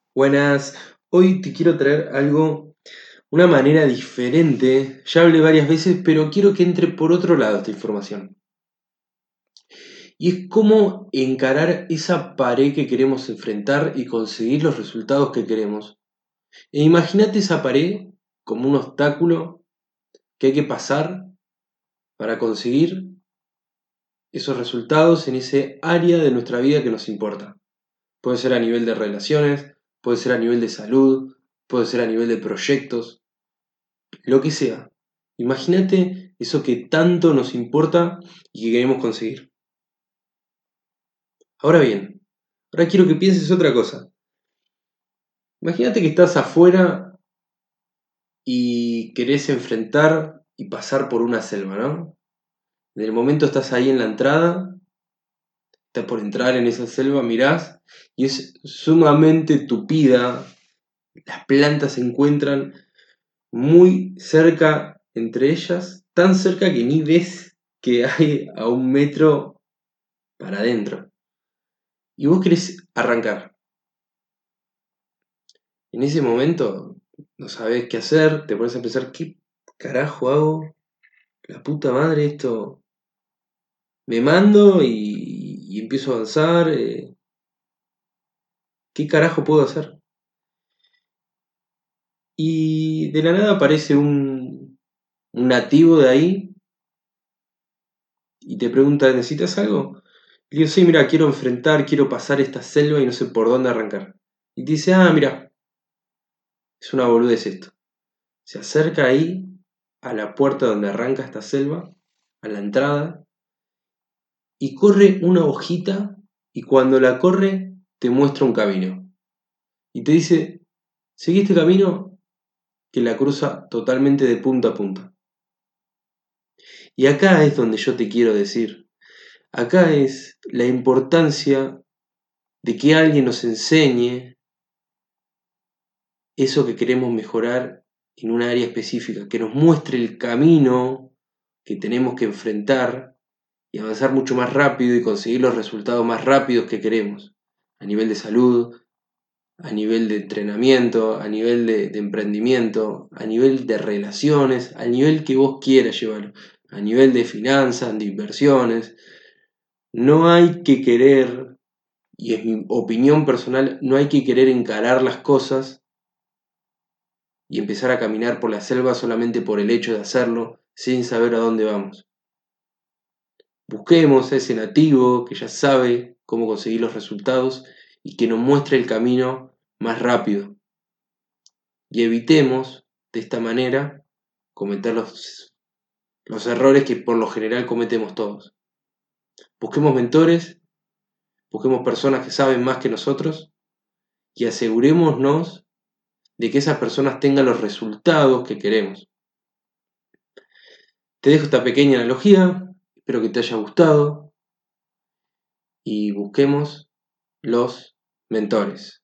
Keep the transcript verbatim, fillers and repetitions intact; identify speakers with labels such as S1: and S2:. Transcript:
S1: Buenas, hoy te quiero traer algo, una manera diferente. Ya hablé varias veces, pero quiero que entre por otro lado esta información. Y es cómo encarar esa pared que queremos enfrentar y conseguir los resultados que queremos. E imagínate esa pared como un obstáculo que hay que pasar para conseguir esos resultados en ese área de nuestra vida que nos importa. Puede ser a nivel de relaciones, puede ser a nivel de salud, puede ser a nivel de proyectos. Lo que sea. Imagínate eso que tanto nos importa y que queremos conseguir. Ahora bien, ahora quiero que pienses otra cosa. Imagínate que estás afuera y querés enfrentar y pasar por una selva, ¿no? En el momento estás ahí en la entrada, estás por entrar en esa selva, mirás y es sumamente tupida. Las plantas se encuentran muy cerca entre ellas, tan cerca que ni ves que hay a un metro para adentro. Y vos querés arrancar. En ese momento no sabés qué hacer, te pones a pensar, ¿qué carajo hago? La puta madre, esto. Me mando y, y empiezo a avanzar. eh, ¿Qué carajo puedo hacer? Y de la nada aparece un, un nativo de ahí y te pregunta, ¿necesitas algo? Y le digo, sí, mira, quiero enfrentar, quiero pasar esta selva y no sé por dónde arrancar. Y te dice, ah, mira, es una boludez esto. Se acerca ahí a la puerta donde arranca esta selva, a la entrada, y corre una hojita y cuando la corre te muestra un camino. Y te dice, seguí este camino que la cruza totalmente de punta a punta. Y acá es donde yo te quiero decir, acá es la importancia de que alguien nos enseñe eso que queremos mejorar en un área específica, que nos muestre el camino que tenemos que enfrentar y avanzar mucho más rápido y conseguir los resultados más rápidos que queremos, a nivel de salud, a nivel de entrenamiento, a nivel de, de emprendimiento, a nivel de relaciones, al nivel que vos quieras llevarlo, a nivel de finanzas, de inversiones. No hay que querer, y es mi opinión personal, no hay que querer encarar las cosas y empezar a caminar por la selva solamente por el hecho de hacerlo, sin saber a dónde vamos. Busquemos a ese nativo que ya sabe cómo conseguir los resultados y que nos muestre el camino más rápido. Y evitemos, de esta manera, cometer los, los errores que por lo general cometemos todos. Busquemos mentores, busquemos personas que saben más que nosotros y asegurémonos de que esas personas tengan los resultados que queremos. Te dejo esta pequeña analogía, espero que te haya gustado y busquemos los mentores.